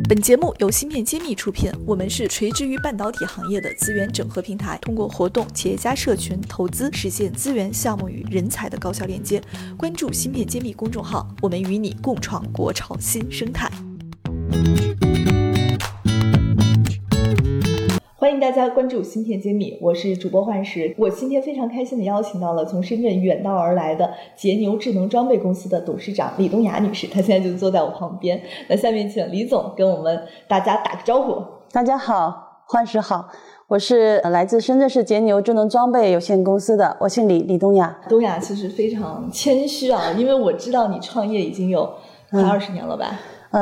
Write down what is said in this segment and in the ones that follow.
本节目由芯片揭秘出品，我们是垂直于半导体行业的资源整合平台，通过活动、企业家社群、投资，实现资源、项目与人才的高效链接。关注芯片揭秘公众号，我们与你共创国潮新生态。欢迎大家关注芯片揭秘，我是主播幻石。我今天非常开心的邀请到了从深圳远道而来的捷牛智能装备公司的董事长李东雅女士，她现在就坐在我旁边。那下面请李总跟我们大家打个招呼。 大家好，幻石好，我是来自深圳市捷牛智能装备有限公司的，我姓李，李东雅。 东雅其实非常谦虚啊，因为我知道你创业已经有快20年了吧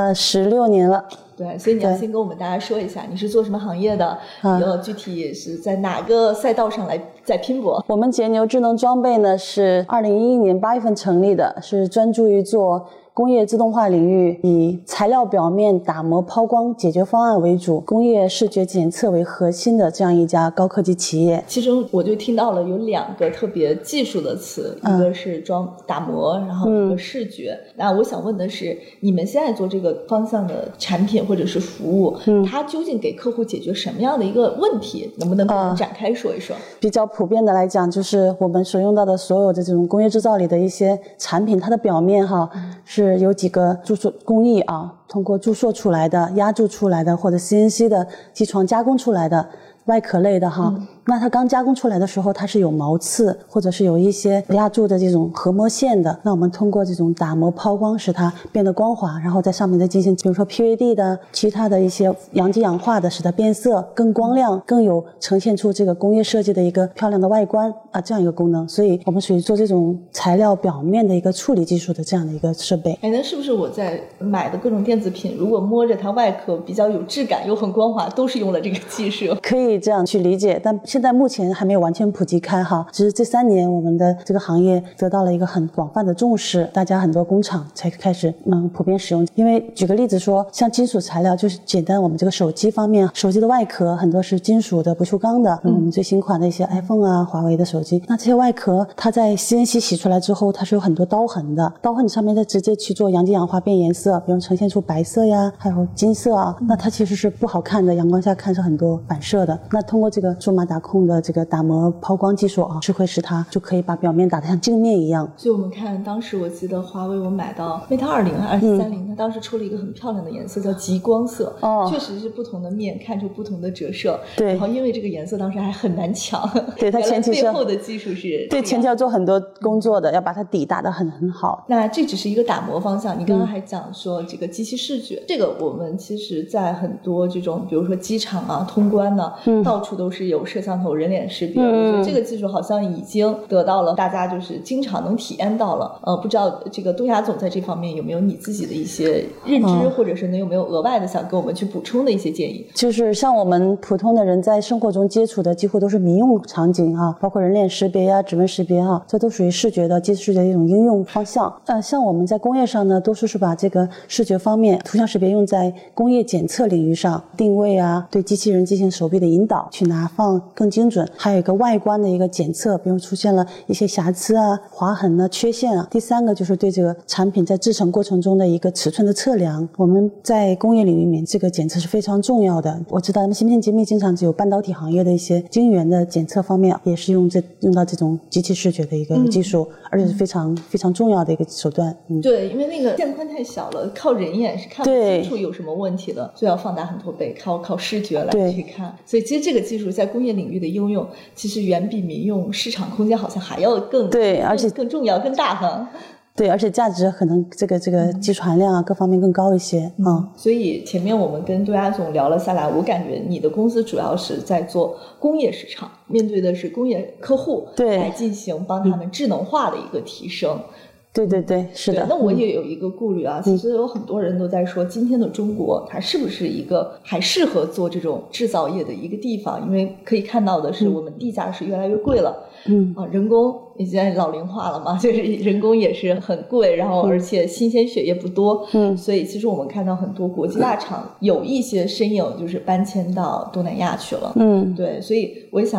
？16年了。 对，所以你要先跟我们大家说一下你是做什么行业的，具体是在哪个赛道上来在拼搏。 我们捷牛智能装备呢是2011年8月份成立的，是专注于做工业自动化领域，以材料表面打磨抛光解决方案为主，工业视觉检测为核心的这样一家高科技企业。 其中我就听到了有2个特别技术的词，一个是打磨，然后一个视觉。那我想问的是，你们现在做这个方向的产品或者是服务，它究竟给客户解决什么样的一个问题？能不能跟我们展开说一说？ 比较普遍的来讲，就是我们所用到的所有的这种工业制造里的一些产品，它的表面是有几个注塑工艺通过注塑出来的、压铸出来的或者 CNC 的机床加工出来的外壳类的那它刚加工出来的时候，它是有毛刺或者是有一些压铸的这种合膜线的，那我们通过这种打磨抛光使它变得光滑，然后在上面再进行比如说 PVD 的其他的一些阳极氧化的，使它变色更光亮，更有呈现出这个工业设计的一个漂亮的外观这样一个功能。所以我们属于做这种材料表面的一个处理技术的这样的一个设备。 那是不是我在买的各种电子品，如果摸着它外壳比较有质感又很光滑，都是用了这个技术？ 可以这样去理解，但现在目前还没有完全普及开只是这3年我们的这个行业得到了一个很广泛的重视，大家很多工厂才开始普遍使用。因为举个例子说，像金属材料，就是简单我们这个手机方面，手机的外壳很多是金属的不锈钢的，我们最新款的一些 iPhone 华为的手机，那这些外壳它在 CNC 洗出来之后，它是有很多刀痕的，刀痕上面再直接去做阳极氧化变颜色，比如呈现出白色呀，还有金色那它其实是不好看的，阳光下看是很多反射的。那通过这个数码打控的这个打磨抛光技术是会使它就可以把表面打得像镜面一样。 所以我们看当时我记得华为我买到 Mate 20还是30它当时出了一个很漂亮的颜色叫极光色确实是不同的面看出不同的折射。 对， 然后因为这个颜色当时还很难抢， 对，它前期背后的技术是对前期要做很多工作的，要把它底打得很好。 那这只是一个打磨方向，你刚刚还讲说这个机器视觉，这个我们其实在很多这种比如说机场通关到处都是有摄像头人脸识别，我觉得这个技术好像已经得到了大家就是经常能体验到了。不知道这个东亚总在这方面有没有你自己的一些认知，或者是能有没有额外的想跟我们去补充的一些建议？ 就是像我们普通的人在生活中接触的几乎都是民用场景包括人脸识别呀、指纹识别这都属于视觉的机器视觉的一种应用方向。像我们在工业上呢，多数是把这个视觉方面图像识别用在工业检测领域上，定位对机器人进行手臂的引导，去拿放更精准，还有一个外观的一个检测，比如出现了一些瑕疵划痕缺陷第3个就是对这个产品在制成过程中的一个尺寸的测量。我们在工业领域里面这个检测是非常重要的。我知道芯片揭秘经常只有半导体行业的一些晶圆的检测方面也是用到这种机器视觉的一个技术，而且是非常非常重要的一个手段。 对，因为那个线宽太小了，靠人眼是看不清楚有什么问题的，所以要放大很多倍，靠视觉来去看。所以其实这个技术在工业领域的应用其实远比民用市场空间好像还要更而且更重要更大对，而且价值可能这个技术含量各方面更高一些所以前面我们跟东亚总聊了下来，我感觉你的公司主要是在做工业市场，面对的是工业客户，来进行帮他们智能化的一个提升。 对，是的。 那我也有一个顾虑其实有很多人都在说，今天的中国它是不是一个还适合做这种制造业的一个地方？因为可以看到的是，我们地价是越来越贵了，人工已经老龄化了嘛，就是人工也是很贵，然后而且新鲜血液不多，所以其实我们看到很多国际大厂有一些身影就是搬迁到东南亚去了，对，所以我也想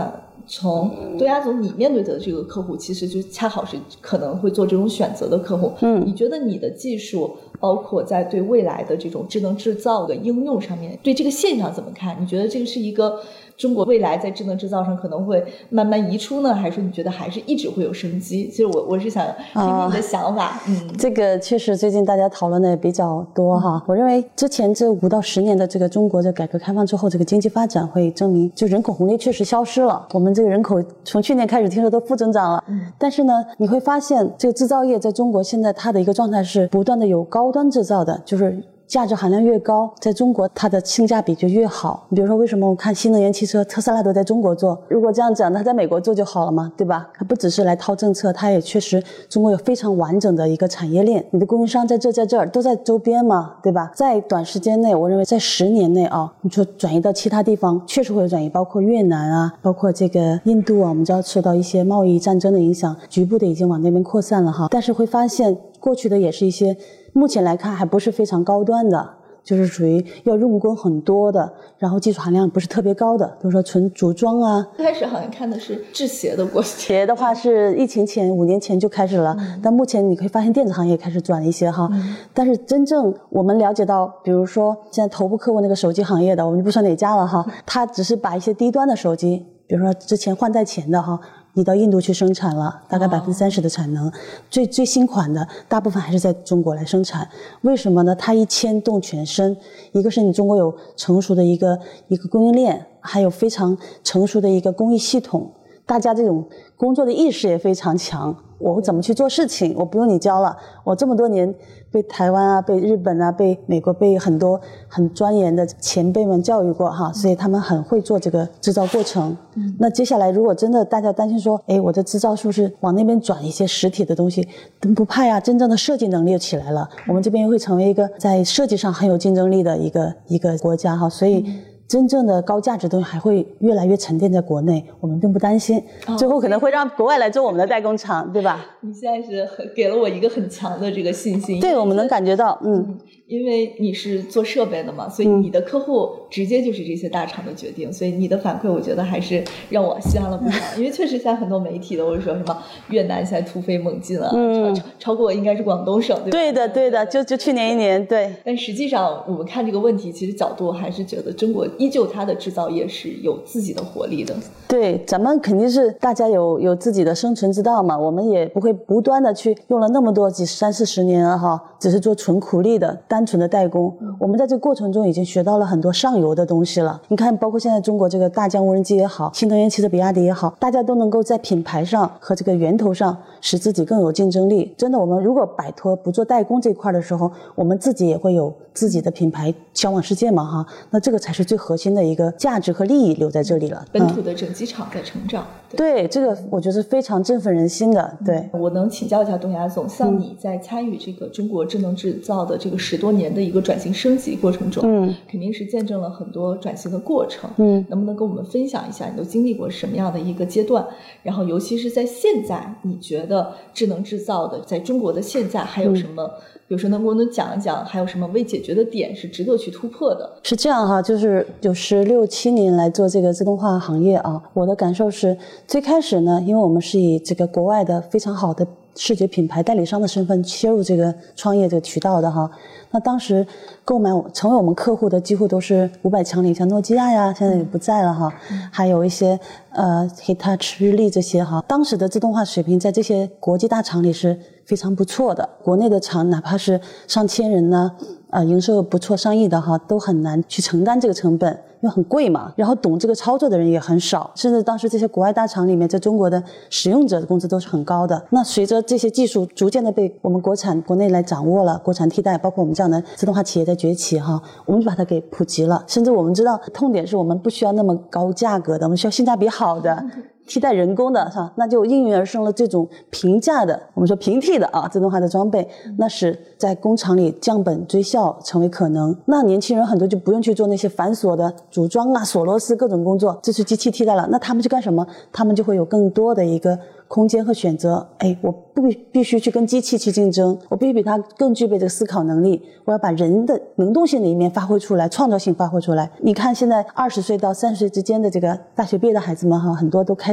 从东亚总你面对的这个客户，其实就恰好是可能会做这种选择的客户。你觉得你的技术包括在对未来的这种智能制造的应用上面，对这个现象怎么看？你觉得这个是一个中国未来在智能制造上可能会慢慢移出呢，还是说你觉得还是一直会有生机？其实我是想听听你的想法。 这个确实最近大家讨论的也比较多哈。我认为之前这5到10年的这个中国的改革开放之后，这个经济发展会证明，就人口红利确实消失了。我们这个人口从去年开始听说都负增长了，但是呢，你会发现这个制造业在中国现在它的一个状态是不断的有高端制造的，就是价值含量越高，在中国它的性价比就越好。比如说为什么我看新能源汽车特斯拉都在中国做，如果这样讲它在美国做就好了嘛，对吧？它不只是来套政策，它也确实中国有非常完整的一个产业链，你的供应商在这儿都在周边嘛，对吧？在短时间内，我认为在10年内啊，你说转移到其他地方确实会有转移，包括越南啊，包括这个印度啊，我们知道受到一些贸易战争的影响，局部的已经往那边扩散了哈。但是会发现过去的也是一些目前来看还不是非常高端的，就是属于要用工很多的，然后技术含量不是特别高的，比如说纯组装啊。 开始好像看的是制鞋的过去， 鞋的话是疫情前5年前就开始了，但目前你可以发现电子行业开始转一些哈。但是真正我们了解到，比如说现在头部客户那个手机行业的，我们就不说哪家了哈，他只是把一些低端的手机，比如说之前换代前的哈，移到印度去生产了，大概30%的产能，最新款的大部分还是在中国来生产。为什么呢？它一牵动全身，一个是你中国有成熟的一个供应链，还有非常成熟的一个工艺系统，大家这种工作的意识也非常强。我怎么去做事情，我不用你教了，我这么多年被台湾啊、被日本啊、被美国、被很多很钻研的前辈们教育过哈，所以他们很会做这个制造过程。那接下来如果真的大家担心说，我的制造是不是往那边转一些实体的东西，不怕呀，真正的设计能力就起来了，我们这边又会成为一个在设计上很有竞争力的一个国家哈，所以真正的高价值的东西还会越来越沉淀在国内，我们并不担心，最后可能会让国外来做我们的代工厂，对吧？ 你现在是给了我一个很强的这个信心。 对，我们能感觉到， 因为你是做设备的嘛，所以你的客户直接就是这些大厂的决定，所以你的反馈我觉得还是让我稀罕了不少。因为确实现在很多媒体都会说什么越南现在突飞猛进了，超过应该是广东省，对吧？ 对的，就去年1年，对。 但实际上我们看这个问题，其实角度还是觉得中国依旧它的制造业是有自己的活力的。 对，咱们肯定是大家有自己的生存之道嘛，我们也不会不断的去用了那么多30-40年了哈，只是做纯苦力的单纯的代工。我们在这个过程中已经学到了很多上游的东西了。你看，包括现在中国这个大疆无人机也好，新能源汽车比亚迪也好，大家都能够在品牌上和这个源头上使自己更有竞争力。真的，我们如果摆脱不做代工这块的时候，我们自己也会有自己的品牌销往世界嘛哈，那这个才是最核心的一个价值和利益留在这里了。 本土的整机厂在成长。 对，这个我觉得是非常振奋人心的。对， 我能请教一下东亚总，像你在参与这个中国智能制造的这个10多年的一个转型升级过程中，肯定是见证了很多转型的过程。能不能跟我们分享一下你都经历过什么样的一个阶段？然后尤其是在现在，你觉得智能制造的在中国的现在还有什么？比如说能不能讲一讲还有什么未解决的点是值得去突破的？ 是这样哈，就是有16-17年来做这个自动化行业啊，我的感受是，最开始呢，因为我们是以这个国外的非常好的视觉品牌代理商的身份切入这个创业这个渠道的哈，那当时购买成为我们客户的几乎都是500强里，像诺基亚呀，现在也不在了哈，还有一些Hitachi、日立这些哈，当时的自动化水平在这些国际大厂里是非常不错的，国内的厂哪怕是上千人呢，营收不错上亿的哈，都很难去承担这个成本，因为很贵嘛，然后懂这个操作的人也很少，甚至当时这些国外大厂里面，在中国的使用者的工资都是很高的。那随着这些技术逐渐的被我们国内来掌握了，国产替代，包括我们这样的自动化企业在崛起哈，我们就把它给普及了，甚至我们知道痛点是我们不需要那么高价格的，我们需要性价比好的替代人工的哈，那就应运而生了这种平价的，我们说平替的自动化的装备，那使在工厂里降本追效成为可能。那年轻人很多就不用去做那些繁琐的组装锁螺丝各种工作，这是机器替代了，那他们去干什么？他们就会有更多的一个空间和选择。我必须去跟机器去竞争，我必须比它更具备这个思考能力，我要把人的能动性的一面发挥出来，创造性发挥出来。你看现在20岁到30岁之间的这个大学毕业的孩子们哈，很多都开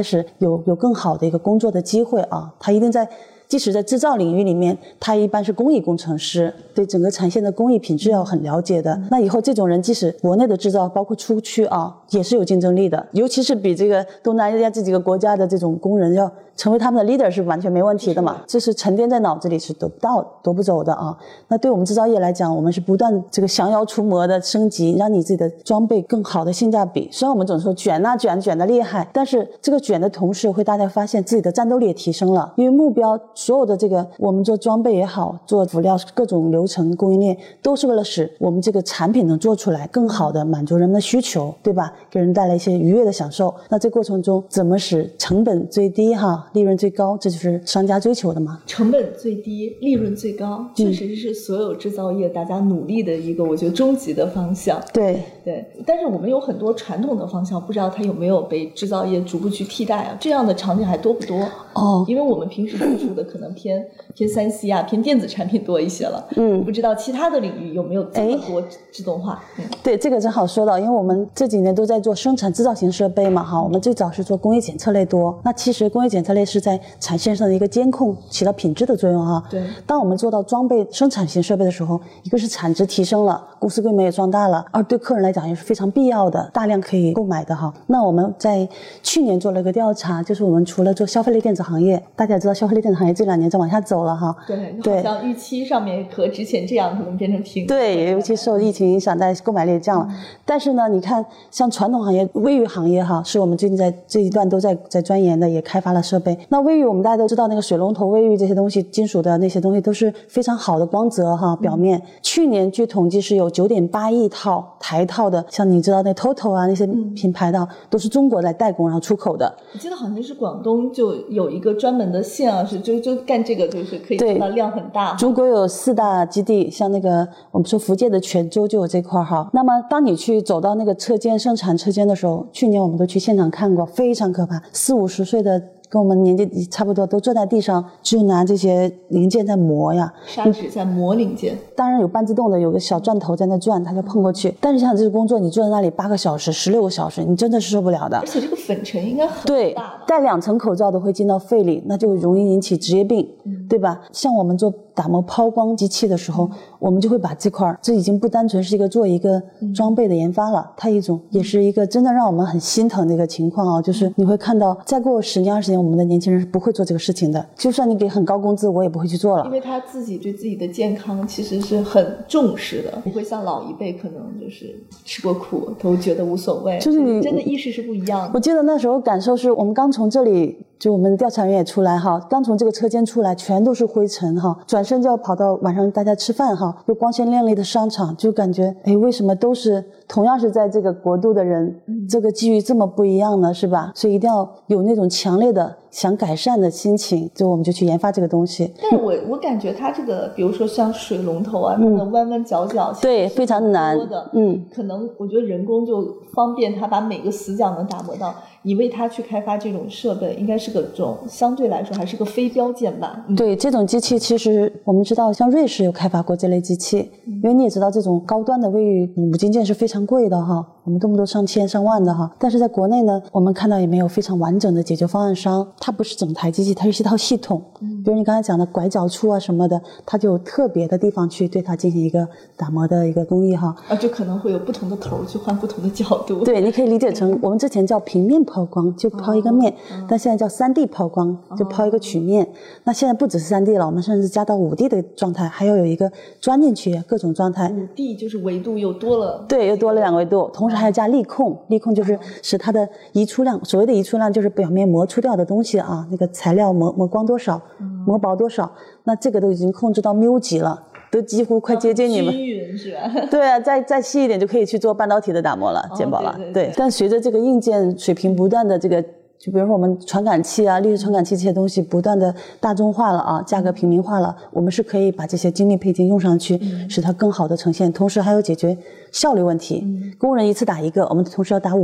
始有更好的一个工作的机会啊。他一定即使在制造领域里面，他一般是工艺工程师，对整个产线的工艺品质要很了解的。那以后这种人即使国内的制造包括出去啊，也是有竞争力的，尤其是比这个东南亚这几个国家的这种工人要成为他们的 leader 是完全没问题的嘛，这是沉淀在脑子里是夺不走的啊。那对我们制造业来讲，我们是不断这个降妖除魔的升级，让你自己的装备更好的性价比。虽然我们总说卷的厉害，但是这个卷的同时会大家发现自己的战斗力也提升了，因为目标所有的这个我们做装备也好，做辅料各种流程供应链，都是为了使我们这个产品能做出来更好的满足人们的需求，对吧？给人带来一些愉悦的享受。那这过程中怎么使成本最低利润最高，这就是商家追求的嘛。 成本最低，利润最高，确实是所有制造业大家努力的一个我觉得终极的方向。 对， 但是我们有很多传统的方向，不知道它有没有被制造业逐步去替代啊？这样的场景还多不多？因为我们平时接触的可能偏 3C 啊，偏电子产品多一些了。不知道其他的领域有没有这么多自动化？ 对，这个正好说到，因为我们这几年都在做生产制造型设备嘛，我们最早是做工业检测类多。那其实工业检测类是在产线上的一个监控，起到品质的作用啊。 对。 当我们做到装备生产型设备的时候，一个是产值提升了，公司规模也壮大了，而对客人来讲也是非常必要的，大量可以购买的哈。那我们在去年做了一个调查，就是我们除了做消费类电子行业，大家也知道消费类电子行业这2年在往下走了哈。 对，好像预期上面和之前这样可能变成平。 对，尤其受疫情影响，大家购买力也降了。但是呢，你看像传统行业卫浴行业是我们最近在这一段都在钻研的，也开发了设备。那卫浴我们大家都知道，那个水龙头卫浴这些东西，金属的那些东西都是非常好的光泽表面。去年据统计是有9.8亿套台套的，像你知道那 TOTO 啊那些品牌的都是中国来代工然后出口的。 我记得好像是广东就有一个专门的线啊，是就干这个，就是可以做到量很大。 中国有4大基地，像那个我们说福建的泉州就有这块那么当你去走到那个车间生产车间的时候，去年我们都去现场看过，非常可怕，40-50岁的跟我们年纪差不多都坐在地上，就拿这些零件在磨呀， 砂纸在磨零件。 当然有半自动的，有个小钻头在那转，它就碰过去。但是像这个工作，你坐在那里8个小时、16个小时，你真的是受不了的。 而且这个粉尘应该很大的。 对，戴2层口罩都会进到肺里，那就容易引起职业病，对吧？像我们做打磨抛光机器的时候，我们就会把这已经不单纯是做一个装备的研发了，它也是一个真的让我们很心疼的一个情况就是你会看到再过10年20年，我们的年轻人是不会做这个事情的，就算你给很高工资，我也不会去做了。 因为他自己对自己的健康其实是很重视的，不会像老一辈可能就是吃过苦都觉得无所谓，就是你真的意识是不一样的。 我记得那时候感受是我们刚从这里，就我们的调查员也出来刚从这个车间出来，全都是灰尘转身就要跑到晚上大家吃饭又光鲜亮丽的商场，就感觉为什么都是同样是在这个国度的人，这个机遇这么不一样呢，是吧？所以一定要有那种强烈的想改善的心情，就我们就去研发这个东西。 但是我感觉它这个比如说像水龙头啊，它的弯弯角角对非常难的，可能我觉得人工就方便它把每个死角能打磨到。你为它去开发这种设备，应该是个种相对来说还是个非标件吧？ 对，这种机器其实我们知道，像瑞士有开发过这类机器，因为你也知道，这种高端的卫浴五金件是非常贵的我们动不动上千上万的但是在国内呢，我们看到也没有非常完整的解决方案商，它不是整台机器，它是一套系统。比如你刚才讲的拐角处啊什么的，它就有特别的地方去对它进行一个打磨的一个工艺就可能会有不同的头去换不同的角度。 对，你可以理解成我们之前叫平面抛光，就抛一个面，但现在叫3D 抛光，就抛一个曲面。那现在不只是3D 了，我们甚至加到5D 的状态，还要有一个钻进去各种状态。 5D 就是维度又多了。 对，又多了2个维度，同时还要加力控，力控就是使它的移出量，所谓的移出量就是表面磨出掉的东西那个材料磨光多少，磨薄多少，那这个都已经控制到μ级了，都几乎快接近你们。 均匀是吧？ 对啊，再细一点就可以去做半导体的打磨了，简薄了。对，但随着这个硬件水平不断的这个，就比如说我们传感器啊、滤式传感器这些东西不断的大众化了价格平民化了，我们是可以把这些精密配件用上去，使它更好的呈现，同时还有解决效率问题。工人一次打1个，我们同时要打5个。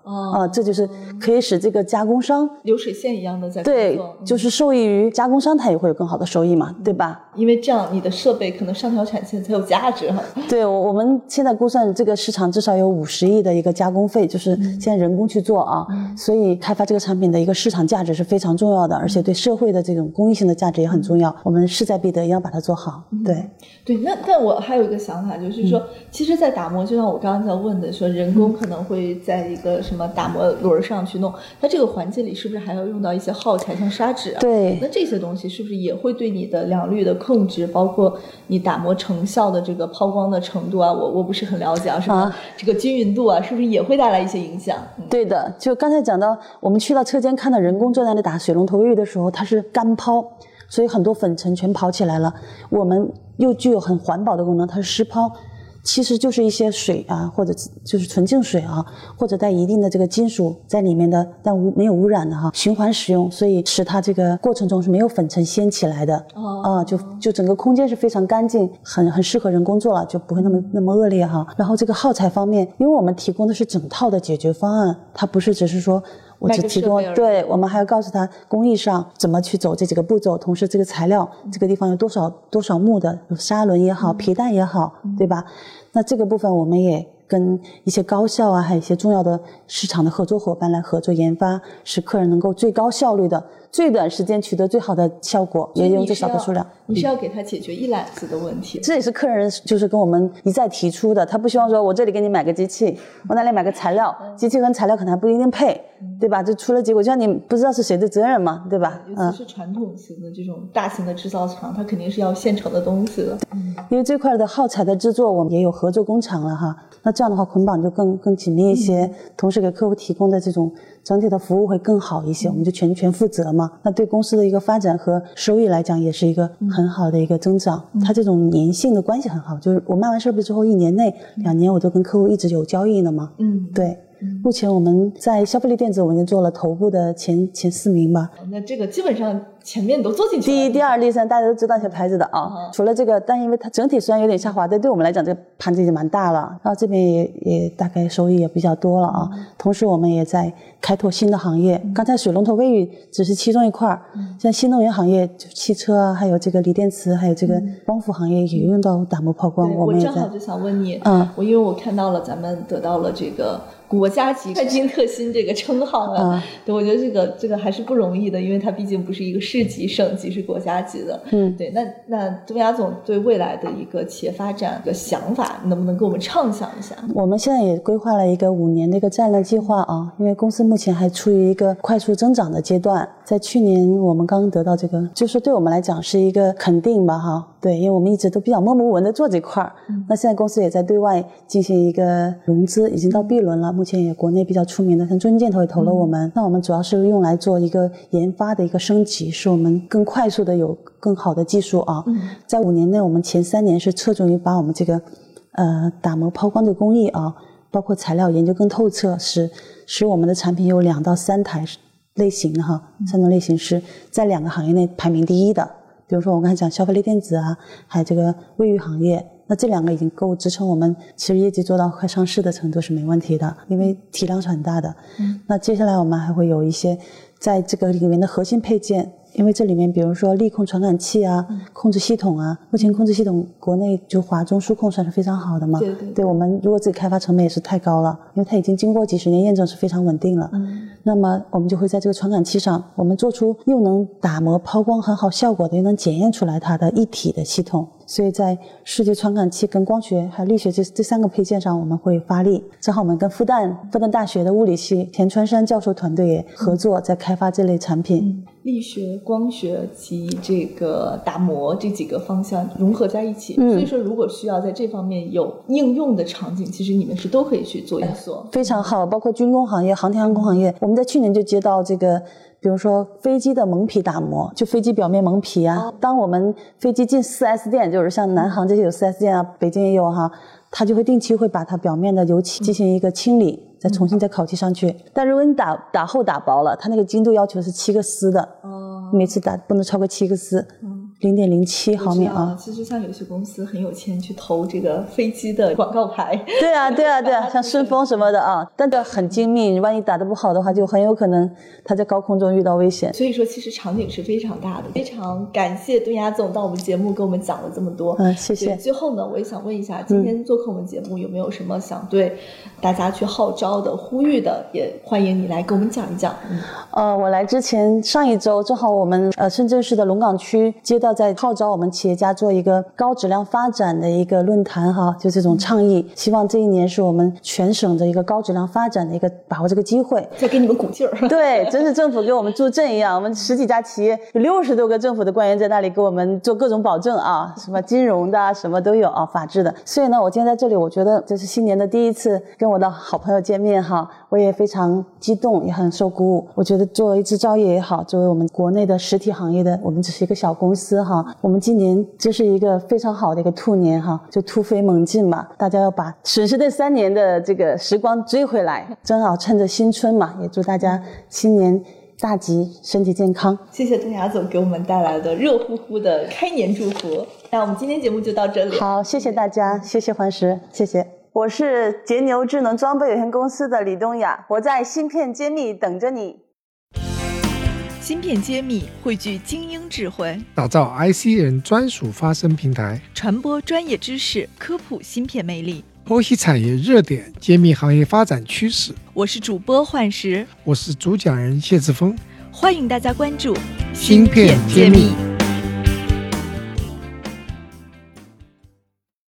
这就是可以使这个加工商流水线一样的在工作。 对，就是受益于加工商，他也会有更好的收益嘛，对吧？ 因为这样你的设备可能上调产线才有价值哈。 对，我们现在估算这个市场至少有50亿的一个加工费，就是现在人工去做啊，所以开发这个产品的一个市场价值是非常重要的，而且对社会的这种公益性的价值也很重要，我们势在必得，也要把它做好。对对，但我还有一个想法，就是说，其实，在打磨，就像我刚刚在问的，说人工可能会在一个什么打磨轮上去弄，它这个环节里是不是还要用到一些耗材，像砂纸啊？ 对， 那这些东西是不是也会对你的良率的控制，包括你打磨成效的这个抛光的程度啊？我不是很了解啊，什么这个均匀度啊，是不是也会带来一些影响？ 对的，就刚才讲到，我们去到车间看到人工坐在那里打水龙头卫浴的时候，它是干抛。所以很多粉尘全跑起来了，我们又具有很环保的功能，它是湿抛，其实就是一些水啊，或者就是纯净水啊，或者带一定的这个金属在里面的，但没有污染的循环使用，所以使它这个过程中是没有粉尘掀起来的。就整个空间是非常干净，很适合人工作了，就不会那么恶劣哈。然后这个耗材方面，因为我们提供的是整套的解决方案，它不是只是说我只提供，对，我们还要告诉他工艺上怎么去走这几个步骤，同时这个材料这个地方有多少目的，有砂轮也好，皮带也好，对吧？那这个部分我们也跟一些高校啊，还有一些重要的市场的合作伙伴来合作研发，使客人能够最高效率的、最短时间取得最好的效果，也用最少的数量。 你是要给他解决一揽子的问题， 这也是客人就是跟我们一再提出的，他不希望说我这里给你买个机器，我那里买个材料，机器跟材料可能还不一定配，对吧？这出了结果，就像你不知道是谁的责任嘛，对吧？ 尤其是传统型的这种大型的制造厂，它肯定是要现成的东西的。 因为这块的耗材的制作，我们也有合作工厂了哈。那这样的话，捆绑就更紧密一些，同时给客户提供的这种整体的服务会更好一些，我们就全权负责嘛。那对公司的一个发展和收益来讲，也是一个很好的一个增长。它这种粘性的关系很好，就是我卖完设备之后1年内、2年我都跟客户一直有交易的嘛。对。目前我们在消费力电子，我们已经做了头部的前4名吧。 那这个基本上前面都做进去了。 第1、第2、第3，大家都知道这些牌子的啊。除了这个，但因为它整体虽然有点下滑，但对我们来讲，这个盘子已经蛮大了。然后这边也大概收益也比较多了啊。同时我们也在开拓新的行业。刚才水龙头卫浴只是其中一块，像新能源行业，就汽车啊，还有这个锂电池，还有这个光伏行业也用到打磨抛光。我们也在。 我正好就想问你，因为我看到了咱们得到了这个国家级开金特新这个称号啊，对，我觉得这个还是不容易的，因为它毕竟不是一个市级、省级，是国家级的。对，那东亚总对未来的一个企业发展的想法，能不能给我们畅想一下？ 我们现在也规划了一个5年的一个战略计划啊，因为公司目前还处于一个快速增长的阶段。在去年我们刚得到这个，就是对我们来讲是一个肯定吧哈。对，因为我们一直都比较默默无闻的做这块那现在公司也在对外进行一个融资，已经到 B 轮了。目前也国内比较出名的，像中金建投也投了我们。那我们主要是用来做一个研发的一个升级，使我们更快速的有更好的技术啊。在5年内，我们前3年是侧重于把我们这个打磨抛光的工艺啊，包括材料研究更透彻，使我们的产品有2到3台类型哈，3种类型是在2个行业内排名第1的。比如说我刚才讲消费类电子啊，还有这个卫浴行业，那这2个已经够支撑我们其实业绩做到快上市的程度是没问题的，因为体量是很大的。那接下来我们还会有一些在这个里面的核心配件，因为这里面比如说力控传感器啊、控制系统啊，目前控制系统国内就华中数控算是非常好的嘛。对，我们如果自己开发成本也是太高了，因为它已经经过几10年验证是非常稳定了。那么我们就会在这个传感器上，我们做出又能打磨抛光很好效果的，又能检验出来它的一体的系统。所以在视觉传感器跟光学还有力学这3个配件上我们会发力。正好我们跟复旦大学的物理系田川山教授团队也合作，在开发这类产品。 力学、光学及这个打磨这几个方向融合在一起，所以说如果需要在这方面有应用的场景，其实你们是都可以去做一做。 非常好，包括军工行业、航天航空行业，我们在去年就接到这个比如说飞机的蒙皮打磨，就飞机表面蒙皮啊，当我们飞机进 4S 店，就是像南航这些有 4S 店啊，北京也有哈，它就会定期会把它表面的油漆进行一个清理，再重新再烤漆上去。但如果你打厚打薄了，它那个精度要求是7个丝的，每次打不能超过7个丝。 0.07毫米啊。 其实像有些公司很有钱去投这个飞机的广告牌。 对啊，像顺丰什么的啊，但这很精密，万一打得不好的话，就很有可能它在高空中遇到危险。 所以说，其实场景是非常大的。非常感谢敦雅总到我们节目给我们讲了这么多。 谢谢。 最后呢，我也想问一下，今天做客我们节目有没有什么想对大家去号召的、呼吁的？也欢迎你来跟我们讲一讲。 我来之前上一周正好我们深圳市的龙岗区街道在号召我们企业家做一个高质量发展的一个论坛哈，就这种倡议，希望这一年是我们全省的一个高质量发展的一个把握这个机会， 再给你们鼓劲儿。 对，真是政府给我们助阵一样，我们10几家企业有60多个政府的官员在那里给我们做各种保证啊，什么金融的什么都有啊，法治的。所以呢，我今天在这里，我觉得这是新年的第一次跟我的好朋友见面哈，我也非常激动，也很受鼓舞。我觉得作为制造业也好，作为我们国内的实体行业的，我们只是一个小公司哈，我们今年真是一个非常好的一个兔年哈，就突飞猛进嘛，大家要把损失的3年的这个时光追回来，正好趁着新春嘛，也祝大家新年大吉，身体健康。 谢谢敦雅总给我们带来的热乎乎的开年祝福。那我们今天节目就到这里。 好，谢谢大家，谢谢环石，谢谢。我是捷牛智能装备有限公司的李东雅，我在芯片揭秘等着你。 芯片揭秘汇聚精英智慧， 打造 IC 人专属发声平台， 传播专业知识，科普芯片魅力， 剖析产业热点，揭秘行业发展趋势。 我是主播幻石， 我是主讲人谢志峰， 欢迎大家关注芯片揭秘。